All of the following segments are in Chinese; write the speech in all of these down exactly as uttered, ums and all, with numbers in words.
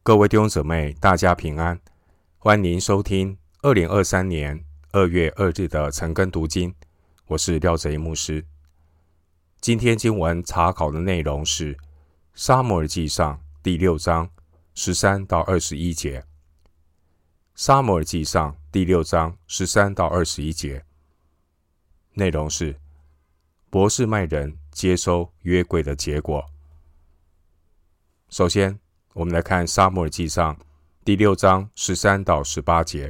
各位弟兄姊妹，大家平安，欢迎收听二零二三年二月二日的晨更读经。我是廖哲一牧师。今天经文查考的内容是撒母耳记上第六章十三到二十一节。撒母耳记上第六章十三到二十一节，内容是伯示麦人接收约柜的结果。首先，我们来看撒母耳记上第六章十三到十八节。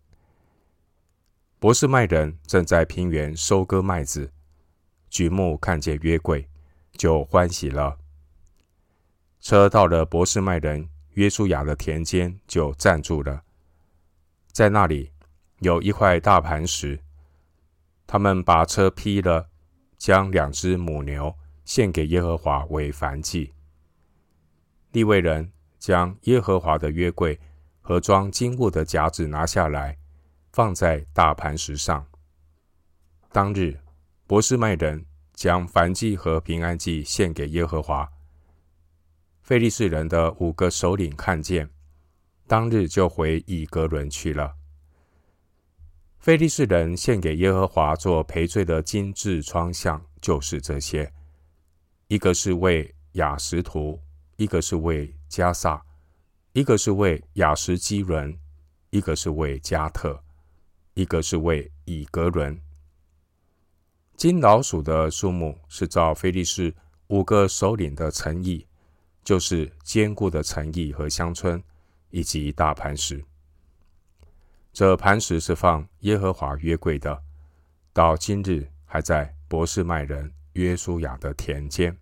伯示麦人正在平原收割麦子，举目看见约柜，就欢喜了。车到了伯示麦人约书亚的田间，就站住了。在那里有一块大磐石，他们把车劈了，将两只母牛献给耶和华为燔祭。利未人将耶和华的约柜和装金物的匣子拿下来，放在大磐石上。当日，伯示麦人将燔祭和平安祭献给耶和华。非利士人的五个首领看见，当日就回以革伦去了。非利士人献给耶和华做赔罪的金制窗像，就是这些：一个是为亚实图，一个是为加萨，一个是为亚实基伦，一个是为加特，一个是为以革伦。金老鼠的数目是照非利士五个首领的城邑，就是坚固的城邑和乡村，以及大磐石。这磐石是放耶和华约柜的，到今日还在伯示麦人约书亚的田间。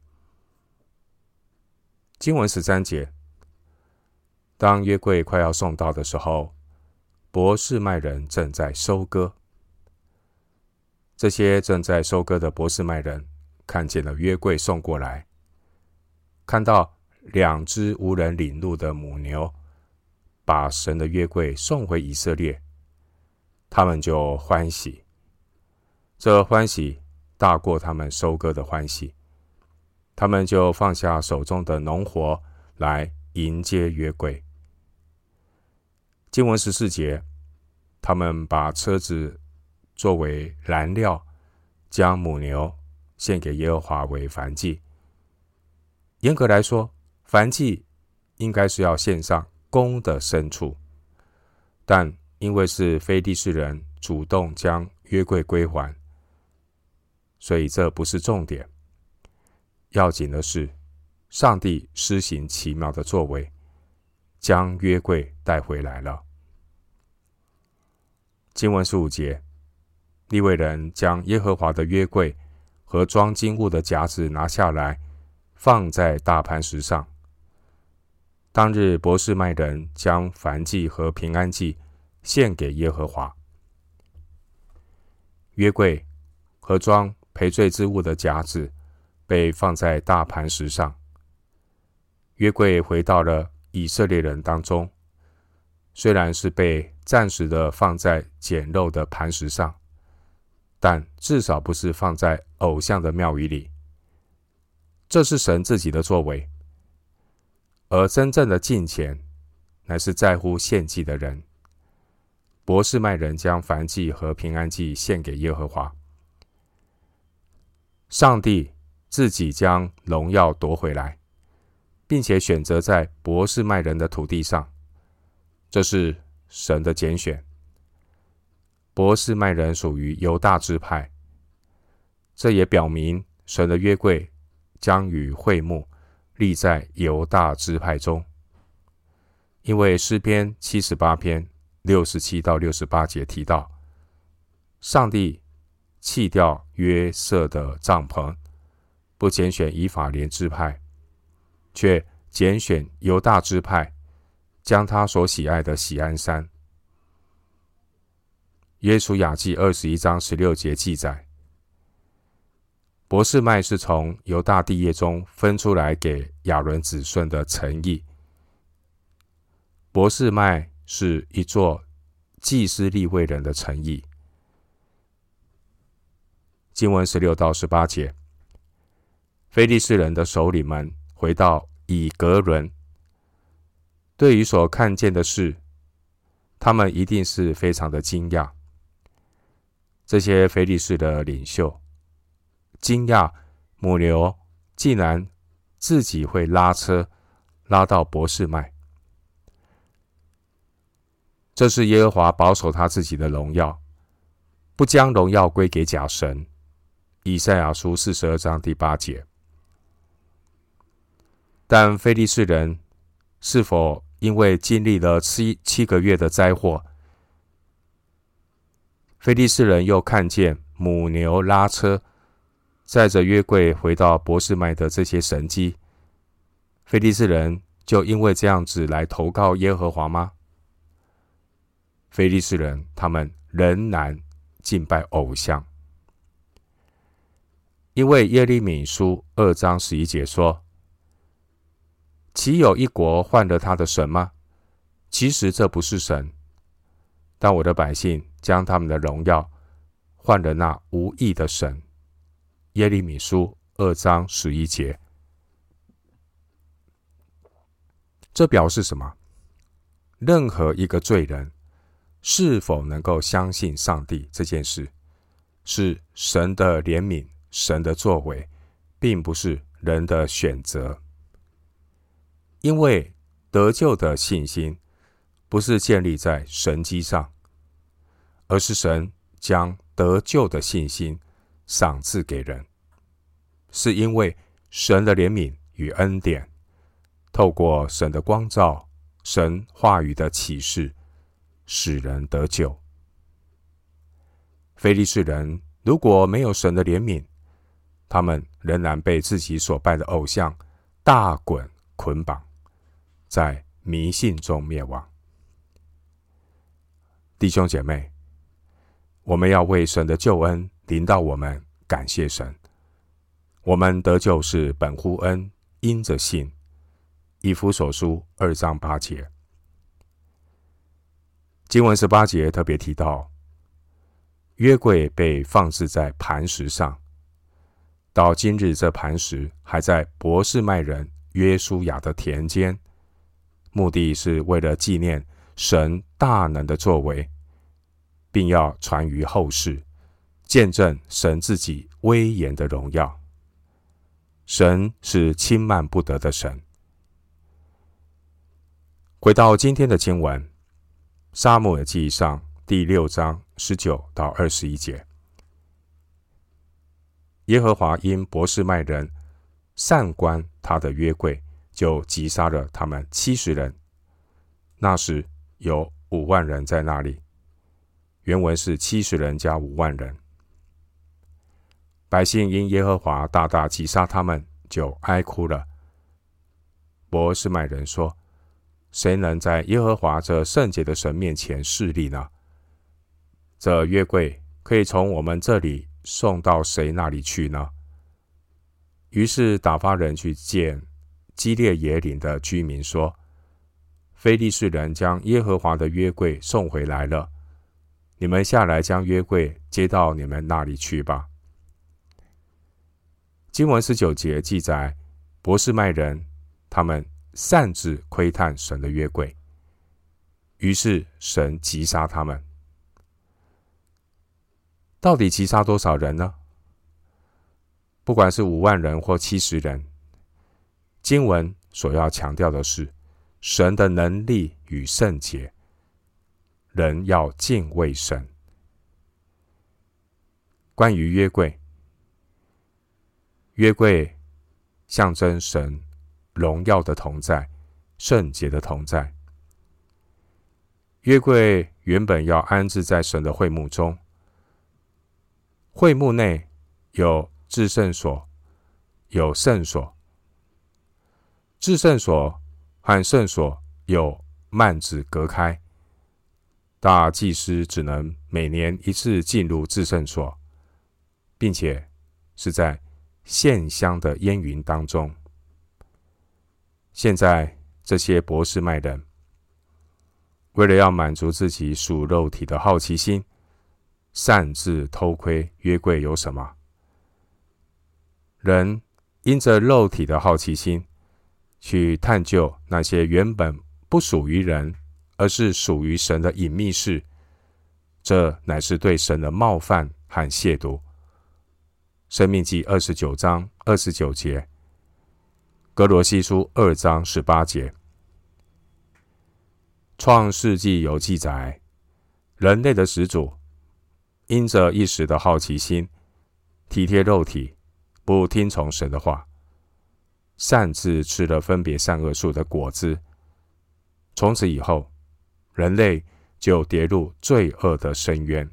经文十三节，当约柜快要送到的时候，伯示麦人正在收割。这些正在收割的伯示麦人看见了约柜送过来，看到两只无人领路的母牛把神的约柜送回以色列，他们就欢喜。这欢喜大过他们收割的欢喜，他们就放下手中的农活来迎接约柜。经文十四节，他们把车子作为燃料，将母牛献给耶和华为燔祭。严格来说，燔祭应该是要献上公的牲畜，但因为是非利士人主动将约柜归还，所以这不是重点。要紧的是，上帝施行奇妙的作为，将约柜带回来了。经文十五节，利未人将耶和华的约柜和装金物的匣子拿下来，放在大磐石上。当日，伯示麦人将燔祭和平安祭献给耶和华。约柜和装赔罪之物的匣子被放在大磐石上。约柜回到了以色列人当中，虽然是被暂时的放在简陋的磐石上，但至少不是放在偶像的庙宇里。这是神自己的作为，而真正的敬虔乃是在乎献祭的人。伯示麦人将燔祭和平安祭献给耶和华，上帝自己将荣耀夺回来，并且选择在伯示麦人的土地上，这是神的拣选。伯示麦人属于犹大支派，这也表明神的约柜将与会幕立在犹大支派中。因为诗篇七十八篇六十七到六十八节提到，上帝弃掉约瑟的帐篷，不拣选以法莲支派，却拣选犹大支派，将他所喜爱的喜安山。约书亚记二十一章十六节记载，伯示麦是从犹大地业中分出来给亚伦子孙的城邑。伯示麦是一座祭司利未人的城邑。经文十六到十八节，非利士人的首领们回到以革伦， 对于所看见的事，他们一定是非常的惊讶。这些非利士的领袖惊讶母牛竟然自己会拉车拉到伯示麦，这是耶和华保守他自己的荣耀，不将荣耀归给假神。以赛亚书四十二章第八节。但非利士人是否因为经历了七七个月的灾祸，非利士人又看见母牛拉车载着约柜回到伯示麦的这些神迹，非利士人就因为这样子来投靠耶和华吗？非利士人他们仍然敬拜偶像，因为耶利米书二章十一节说：岂有一国换了他的神吗？其实这不是神，但我的百姓将他们的荣耀换了那无义的神。耶利米书二章十一节。这表示什么？任何一个罪人是否能够相信上帝这件事，是神的怜悯，神的作为，并不是人的选择。因为得救的信心不是建立在神迹上，而是神将得救的信心赏赐给人，是因为神的怜悯与恩典，透过神的光照，神话语的启示，使人得救。非利士人如果没有神的怜悯，他们仍然被自己所拜的偶像大滚捆绑，在迷信中灭亡。弟兄姐妹，我们要为神的救恩临到我们，感谢神。我们得救是本乎恩，因着信。以弗所书二章八节。经文十八节特别提到，约柜被放置在磐石上，到今日这磐石还在伯示麦人约书亚的田间，目的是为了纪念神大能的作为，并要传于后世，见证神自己威严的荣耀。神是轻慢不得的神。回到今天的经文，撒母耳记上第六章十九到二十一节。耶和华因伯示麦人擅观他的约柜，就击杀了他们七十人。那时有五万人在那里。原文是七十人加五万人。百姓因耶和华大大击杀他们，就哀哭了。伯示麦人说：谁能在耶和华这圣洁的神面前侍立呢？这约柜可以从我们这里送到谁那里去呢？于是打发人去见基列耶琳的居民说：非利士人将耶和华的约柜送回来了，你们下来将约柜接到你们那里去吧。经文十九节记载，伯示麦人他们擅自窥探神的约柜，于是神击杀他们。到底击杀多少人呢？不管是五万人或七十人，经文所要强调的是神的能力与圣洁，人要敬畏神。关于约柜，约柜象征神荣耀的同在，圣洁的同在。约柜原本要安置在神的会幕中，会幕内有至圣所，有圣所。至圣所和圣所有幔子隔开，大祭司只能每年一次进入至圣所，并且是在献香的烟云当中。现在这些伯示麦人为了要满足自己属肉体的好奇心，擅自偷窥约柜有什么。人因着肉体的好奇心去探究那些原本不属于人，而是属于神的隐秘事，这乃是对神的冒犯和亵渎。申命记二十九章二十九节，哥罗西书二章十八节。创世纪有记载，人类的始祖因着一时的好奇心，体贴肉体，不听从神的话，擅自吃了分别善恶树的果子。从此以后，人类就跌入罪恶的深渊。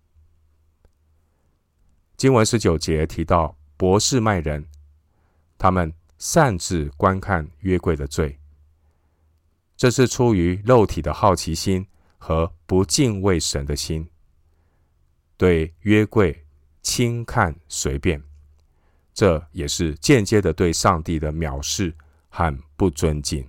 经文十九节提到伯示麦人，他们擅自观看约柜的罪，这是出于肉体的好奇心和不敬畏神的心，对约柜轻看随便，这也是间接的对上帝的藐视和不尊敬。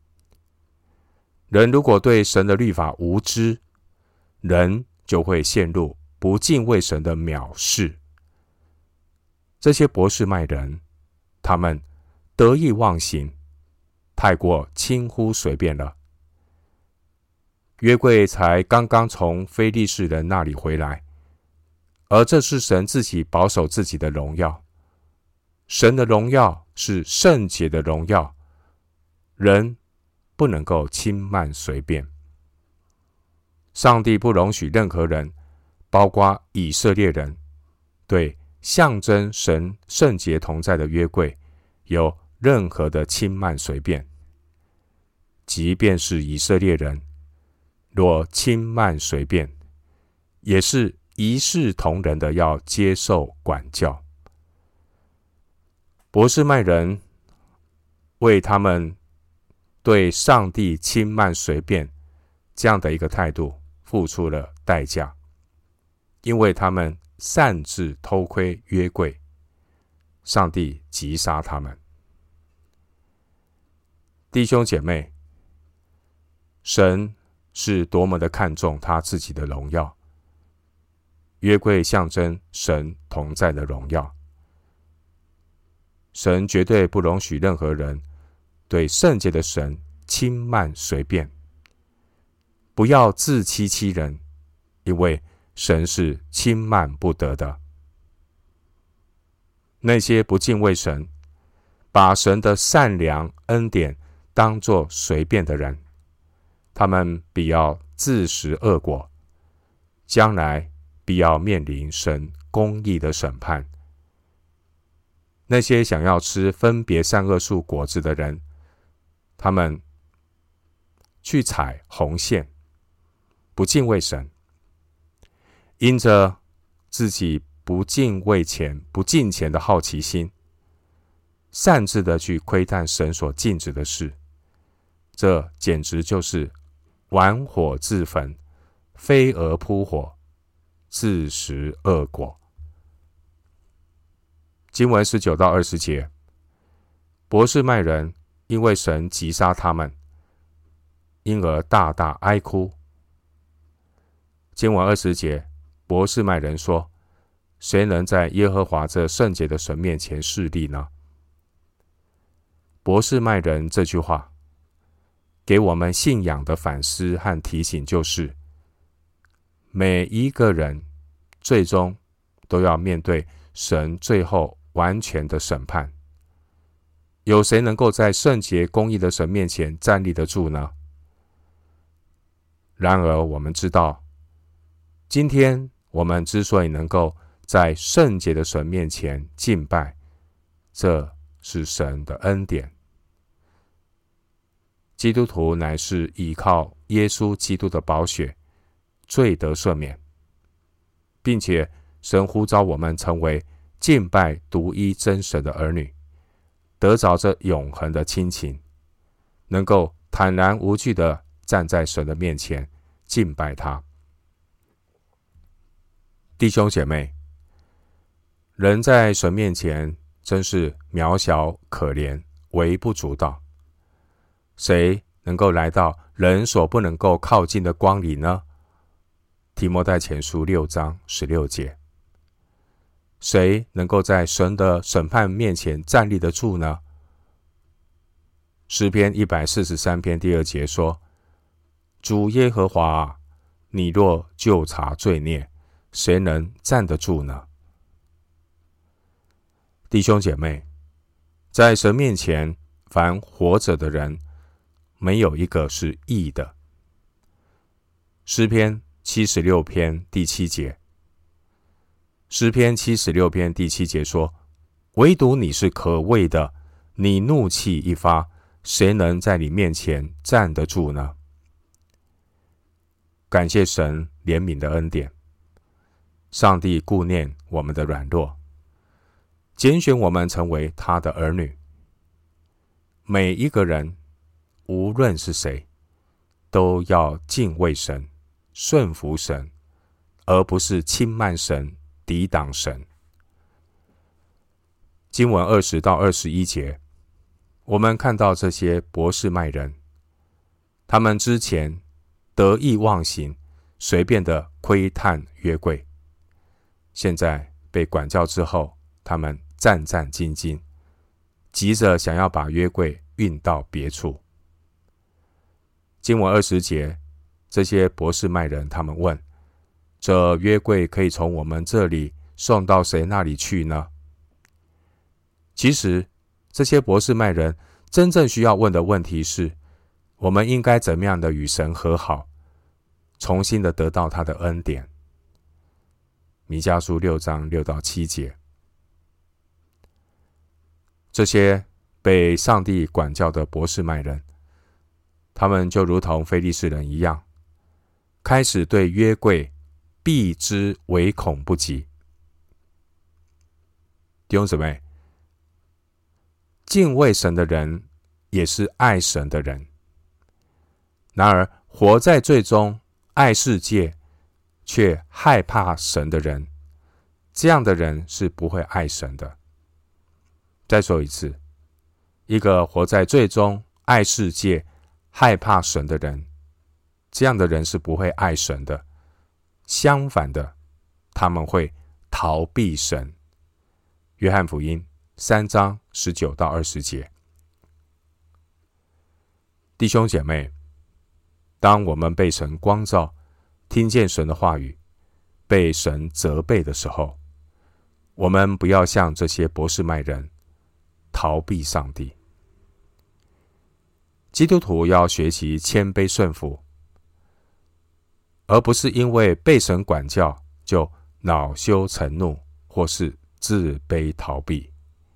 人如果对神的律法无知，人就会陷入不敬畏神的藐视。这些伯示麦人，他们得意忘形，太过轻忽随便了。约柜才刚刚从非利士人那里回来，而这是神自己保守自己的荣耀。神的荣耀是圣洁的荣耀，人不能够轻慢随便。上帝不容许任何人，包括以色列人，对象征神圣洁同在的约柜有任何的轻慢随便。即便是以色列人，若轻慢随便，也是一视同仁的要接受管教。伯示麦人为他们对上帝轻慢随便这样的一个态度付出了代价，因为他们擅自偷窥约柜，上帝击杀他们。弟兄姐妹，神是多么的看重他自己的荣耀，约柜象征神同在的荣耀。神绝对不容许任何人对圣洁的神轻慢随便。不要自欺欺人，因为神是轻慢不得的。那些不敬畏神，把神的善良恩典当作随便的人，他们必要自食恶果，将来必要面临神公义的审判。那些想要吃分别善恶树果子的人，他们去踩红线，不敬畏神，因着自己不敬畏钱、不敬钱的好奇心，擅自的去窥探神所禁止的事，这简直就是玩火自焚，飞蛾扑火，自食恶果。经文十九到二十节，伯示麦人因为神击杀他们，因而大大哀哭。经文二十节，伯示麦人说：谁能在耶和华这圣洁的神面前侍立呢？伯示麦人这句话给我们信仰的反思和提醒，就是每一个人最终都要面对神最后完全的审判。有谁能够在圣洁公义的神面前站立得住呢？然而我们知道，今天我们之所以能够在圣洁的神面前敬拜，这是神的恩典。基督徒乃是依靠耶稣基督的宝血，罪得赦免，并且神呼召我们成为敬拜独一真神的儿女，得着这永恒的亲情，能够坦然无惧地站在神的面前敬拜他。弟兄姐妹，人在神面前真是渺小可怜，微不足道。谁能够来到人所不能够靠近的光里呢？提摩太前书六章十六节。谁能够在神的审判面前站立得住呢？ 诗篇一百四十三篇第二节说：主耶和华啊，你若究察罪孽，谁能站得住呢？弟兄姐妹，在神面前，凡活着的人，没有一个是义的。诗篇七十六篇第七节，诗篇七十六篇第七节说：唯独你是可畏的，你怒气一发，谁能在你面前站得住呢？感谢神怜悯的恩典，上帝顾念我们的软弱，拣选我们成为他的儿女。每一个人，无论是谁，都要敬畏神，顺服神，而不是轻慢神，抵挡神。经文二十到二十一节，我们看到这些伯示麦人，他们之前得意忘形，随便的窥探约柜，现在被管教之后，他们战战兢兢，急着想要把约柜运到别处。经文二十节，这些伯示麦人他们问：这约柜可以从我们这里送到谁那里去呢？其实这些伯示麦人真正需要问的问题是：我们应该怎么样的与神和好，重新的得到他的恩典。弥迦书六章六到七节，这些被上帝管教的伯示麦人，他们就如同非利士人一样，开始对约柜避之唯恐不及。弟兄姊妹，敬畏神的人也是爱神的人，然而活在罪中，爱世界却害怕神的人，这样的人是不会爱神的。再说一次，一个活在罪中，爱世界，害怕神的人，这样的人是不会爱神的。相反的，他们会逃避神。约翰福音三章十九到二十节。弟兄姐妹，当我们被神光照，听见神的话语，被神责备的时候，我们不要像这些伯示麦人逃避上帝。基督徒要学习谦卑顺服，而不是因为被神管教就恼羞成怒，或是自卑逃避。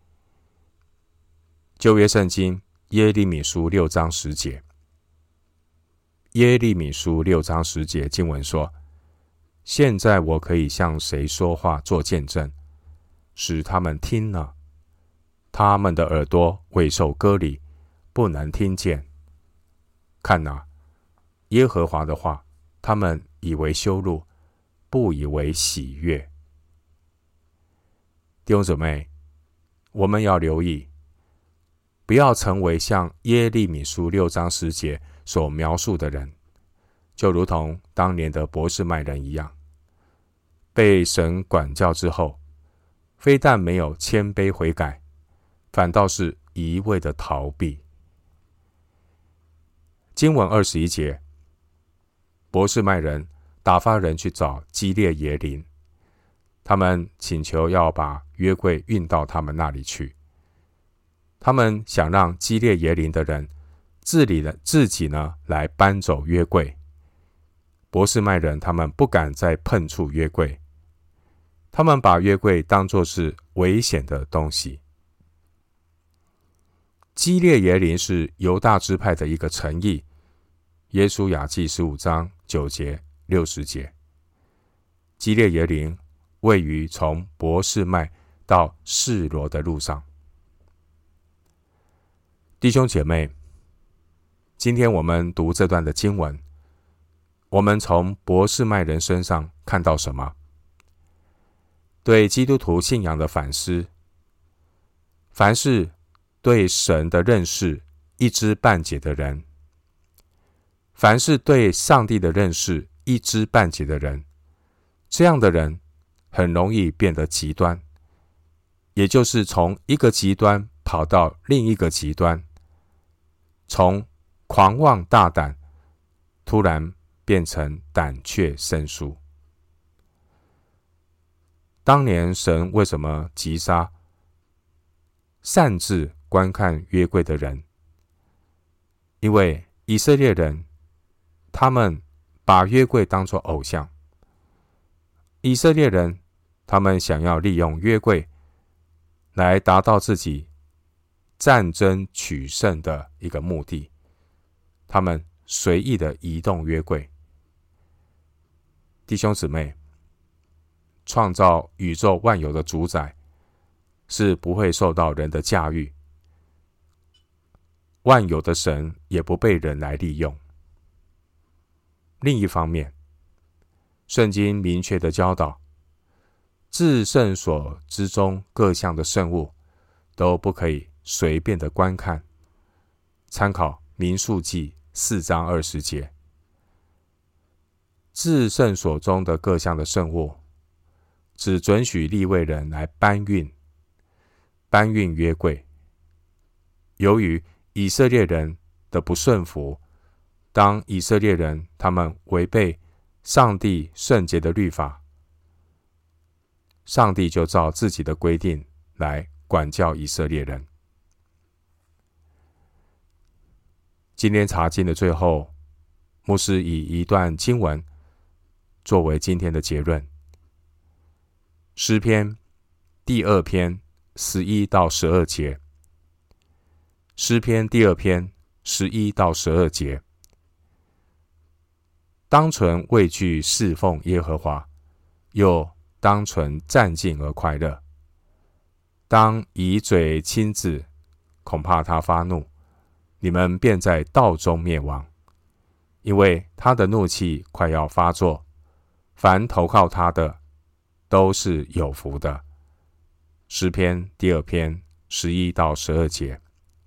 旧约圣经耶利米书六章十节，耶利米书六章十节经文说：现在我可以向谁说话做见证，使他们听呢？他们的耳朵未受割礼，不能听见。看哪，耶和华的话，他们以为羞辱，不以为喜悦。弟兄姊妹，我们要留意，不要成为像耶利米书六章十节所描述的人，就如同当年的伯示麦人一样，被神管教之后，非但没有谦卑悔改，反倒是一味的逃避。经文二十一节，伯示麦人打发人去找基列耶琳，他们请求要把约柜运到他们那里去。他们想让基列耶琳的人自己呢自己呢来搬走约柜。伯示麦人他们不敢再碰触约柜，他们把约柜当作是危险的东西。基列耶琳是犹大支派的一个城邑，耶书亚记十五章九节六十节。基列耶琳位于从伯示麦到示罗的路上。弟兄姐妹，今天我们读这段的经文，我们从伯示麦人身上看到什么？对基督徒信仰的反思。凡是对神的认识一知半解的人，凡是对上帝的认识一知半解的人，这样的人很容易变得极端，也就是从一个极端跑到另一个极端， 从狂妄大胆，突然变成胆怯生疏。当年神为什么击杀擅自观看约柜的人？因为以色列人，他们把约柜当作偶像。以色列人，他们想要利用约柜来达到自己战争取胜的一个目的，他们随意的移动约柜。弟兄姊妹，创造宇宙万有的主宰是不会受到人的驾驭，万有的神也不被人来利用。另一方面，圣经明确的教导，至圣所之中各项的圣物都不可以随便的观看。参考民数记四章二十节。至圣所中的各项的圣物，只准许利未人来搬运，搬运约柜。由于以色列人的不顺服，当以色列人他们违背上帝圣洁的律法，上帝就照自己的规定来管教以色列人。今天查经的最后，牧师以一段经文作为今天的结论。诗篇第二篇十一到十二节。诗篇第二篇十一到十二节。当存畏惧侍奉耶和华，又当存战兢而快乐。当以嘴亲自，恐怕他发怒，你们便在道中灭亡。因为他的怒气快要发作，凡投靠他的都是有福的。诗篇第二篇十一到十二节。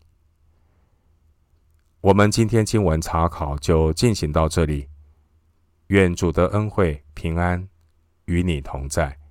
我们今天经文查考就进行到这里，愿主的恩惠平安与你同在。